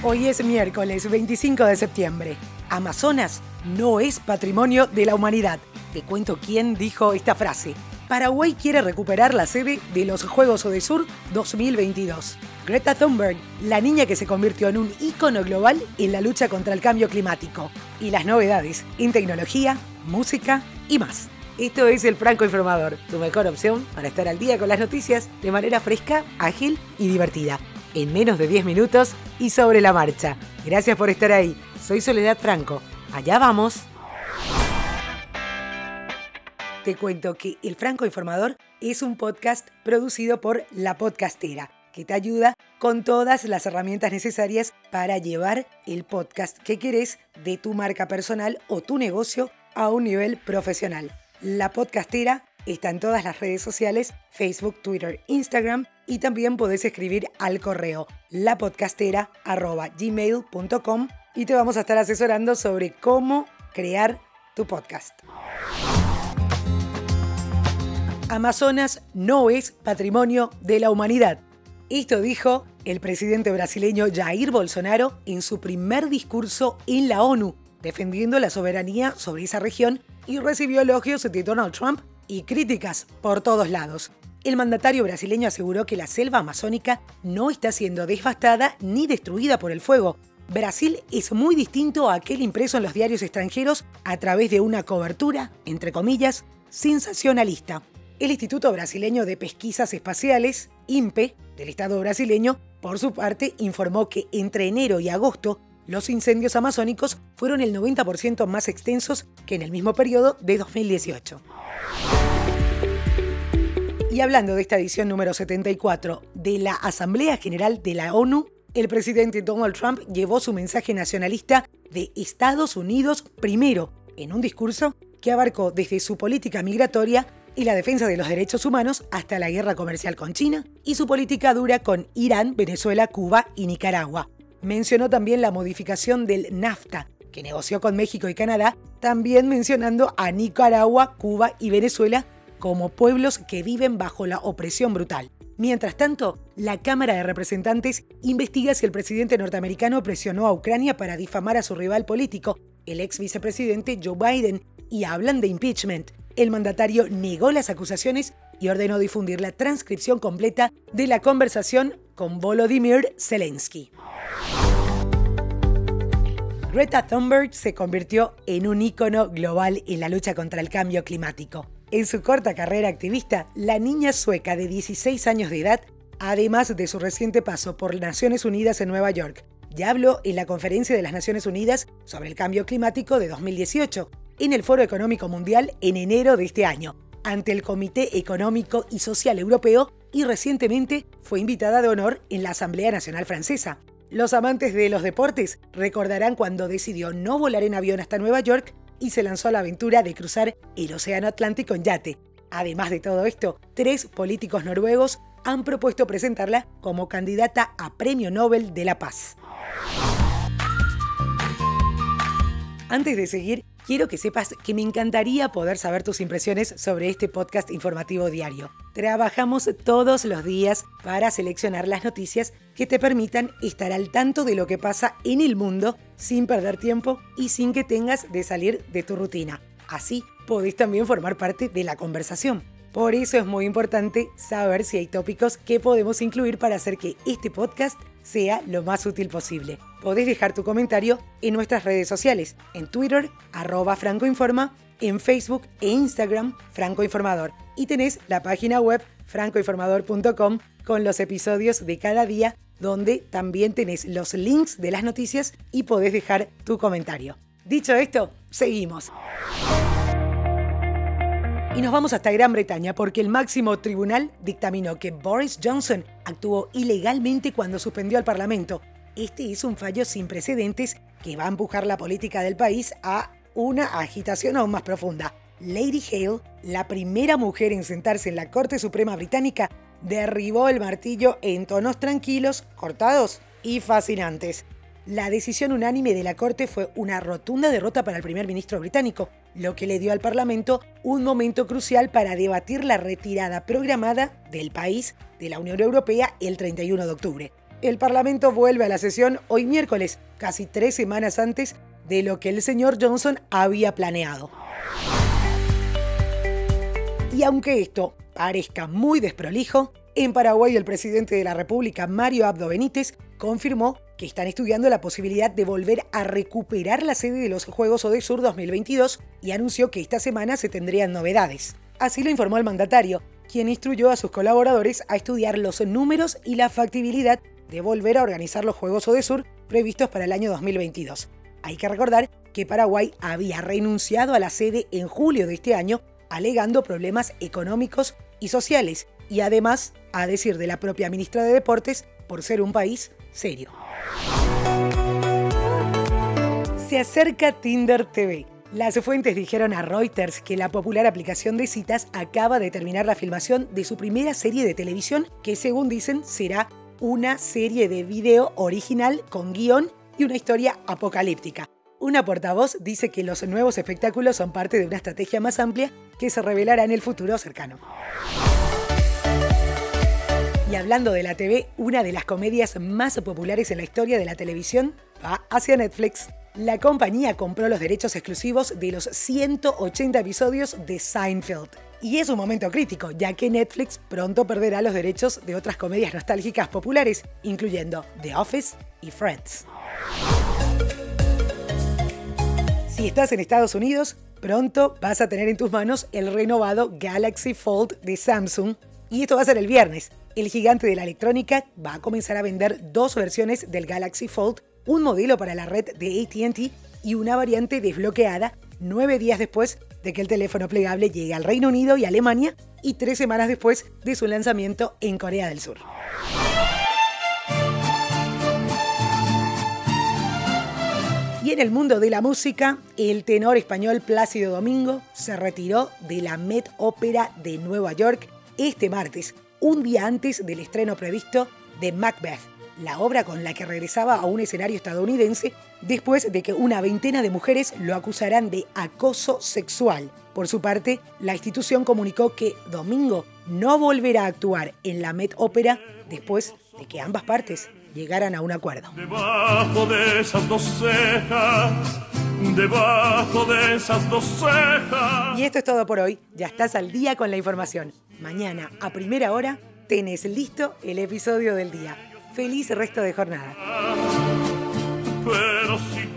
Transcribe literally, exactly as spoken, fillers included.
Hoy es miércoles veinticinco de septiembre. Amazonas no es patrimonio de la humanidad. Te cuento quién dijo esta frase. Paraguay quiere recuperar la sede de los Juegos Odesur dos mil veintidós. Greta Thunberg, la niña que se convirtió en un ícono global en la lucha contra el cambio climático. Y las novedades en tecnología, música y más. Esto es El Franco Informador, tu mejor opción para estar al día con las noticias de manera fresca, ágil y divertida. En menos de diez minutos y sobre la marcha. Gracias por estar ahí. Soy Soledad Franco. Allá vamos. Te cuento que El Franco Informador es un podcast producido por La Podcastera, que te ayuda con todas las herramientas necesarias para llevar el podcast que querés de tu marca personal o tu negocio a un nivel profesional. La Podcastera está en todas las redes sociales, Facebook, Twitter, Instagram, y también podés escribir al correo lapodcastera arroba gmail punto com y te vamos a estar asesorando sobre cómo crear tu podcast. Amazonas no es patrimonio de la humanidad. Esto dijo el presidente brasileño Jair Bolsonaro en su primer discurso en la ONU, defendiendo la soberanía sobre esa región, y recibió elogios de Donald Trump y críticas por todos lados. El mandatario brasileño aseguró que la selva amazónica no está siendo devastada ni destruida por el fuego. Brasil es muy distinto a aquel impreso en los diarios extranjeros a través de una cobertura, entre comillas, sensacionalista. El Instituto Brasileño de Pesquisas Espaciales, INPE, del Estado brasileño, por su parte, informó que entre enero y agosto los incendios amazónicos fueron el noventa por ciento más extensos que en el mismo periodo de dos mil dieciocho. Y hablando de esta edición número setenta y cuatro de la Asamblea General de la ONU, el presidente Donald Trump llevó su mensaje nacionalista de Estados Unidos primero, en un discurso que abarcó desde su política migratoria y la defensa de los derechos humanos hasta la guerra comercial con China y su política dura con Irán, Venezuela, Cuba y Nicaragua. Mencionó también la modificación del NAFTA, que negoció con México y Canadá, también mencionando a Nicaragua, Cuba y Venezuela como pueblos que viven bajo la opresión brutal. Mientras tanto, la Cámara de Representantes investiga si el presidente norteamericano presionó a Ucrania para difamar a su rival político, el ex vicepresidente Joe Biden, y hablan de impeachment. El mandatario negó las acusaciones y ordenó difundir la transcripción completa de la conversación con Volodymyr Zelensky. Greta Thunberg se convirtió en un ícono global en la lucha contra el cambio climático. En su corta carrera activista, la niña sueca de dieciséis años de edad, además de su reciente paso por Naciones Unidas en Nueva York, ya habló en la Conferencia de las Naciones Unidas sobre el Cambio Climático de dos mil dieciocho, en el Foro Económico Mundial en enero de este año, ante el Comité Económico y Social Europeo, y recientemente fue invitada de honor en la Asamblea Nacional Francesa. Los amantes de los deportes recordarán cuando decidió no volar en avión hasta Nueva York y se lanzó a la aventura de cruzar el Océano Atlántico en yate. Además de todo esto, tres políticos noruegos han propuesto presentarla como candidata a Premio Nobel de la Paz. Antes de seguir, quiero que sepas que me encantaría poder saber tus impresiones sobre este podcast informativo diario. Trabajamos todos los días para seleccionar las noticias que te permitan estar al tanto de lo que pasa en el mundo sin perder tiempo y sin que tengas de salir de tu rutina. Así podés también formar parte de la conversación. Por eso es muy importante saber si hay tópicos que podemos incluir para hacer que este podcast sea lo más útil posible. Podés dejar tu comentario en nuestras redes sociales, en Twitter, arroba francoinforma, en Facebook e Instagram, Franco Informador. Y tenés la página web franco informador punto com con los episodios de cada día, donde también tenés los links de las noticias y podés dejar tu comentario. Dicho esto, seguimos. Y nos vamos hasta Gran Bretaña porque el máximo tribunal dictaminó que Boris Johnson actuó ilegalmente cuando suspendió al Parlamento. Este es un fallo sin precedentes que va a empujar la política del país a una agitación aún más profunda. Lady Hale, la primera mujer en sentarse en la Corte Suprema Británica, derribó el martillo en tonos tranquilos, cortados y fascinantes. La decisión unánime de la Corte fue una rotunda derrota para el primer ministro británico, lo que le dio al Parlamento un momento crucial para debatir la retirada programada del país de la Unión Europea el treinta y uno de octubre. El Parlamento vuelve a la sesión hoy miércoles, casi tres semanas antes de lo que el señor Johnson había planeado. Y aunque esto parezca muy desprolijo, en Paraguay el presidente de la República, Mario Abdo Benítez, confirmó que están estudiando la posibilidad de volver a recuperar la sede de los Juegos Odesur dos mil veintidós y anunció que esta semana se tendrían novedades. Así lo informó el mandatario, quien instruyó a sus colaboradores a estudiar los números y la factibilidad de volver a organizar los Juegos Odesur previstos para el año dos mil veintidós. Hay que recordar que Paraguay había renunciado a la sede en julio de este año, alegando problemas económicos y sociales, y además, a decir de la propia ministra de Deportes, por ser un país serio. Se acerca Tinder T V. Las fuentes dijeron a Reuters que la popular aplicación de citas acaba de terminar la filmación de su primera serie de televisión, que según dicen será una serie de video original con guión y una historia apocalíptica. Una portavoz dice que los nuevos espectáculos son parte de una estrategia más amplia que se revelará en el futuro cercano. Y hablando de la T V, una de las comedias más populares en la historia de la televisión va hacia Netflix. La compañía compró los derechos exclusivos de los ciento ochenta episodios de Seinfeld. Y es un momento crítico, ya que Netflix pronto perderá los derechos de otras comedias nostálgicas populares, incluyendo The Office y Friends. Si estás en Estados Unidos, pronto vas a tener en tus manos el renovado Galaxy Fold de Samsung. Y esto va a ser el viernes. El gigante de la electrónica va a comenzar a vender dos versiones del Galaxy Fold, un modelo para la red de A T and T y una variante desbloqueada nueve días después de que el teléfono plegable llegue al Reino Unido y Alemania y tres semanas después de su lanzamiento en Corea del Sur. Y en el mundo de la música, el tenor español Plácido Domingo se retiró de la Met Opera de Nueva York este martes, un día antes del estreno previsto de Macbeth, la obra con la que regresaba a un escenario estadounidense después de que una veintena de mujeres lo acusaran de acoso sexual. Por su parte, la institución comunicó que Domingo no volverá a actuar en la Met Opera después de que ambas partes llegaran a un acuerdo. Debajo de esas dos cejas, debajo de esas dos cejas. Y esto es todo por hoy. Ya estás al día con la información. Mañana, a primera hora, tenés listo el episodio del día. Feliz resto de jornada. Pero si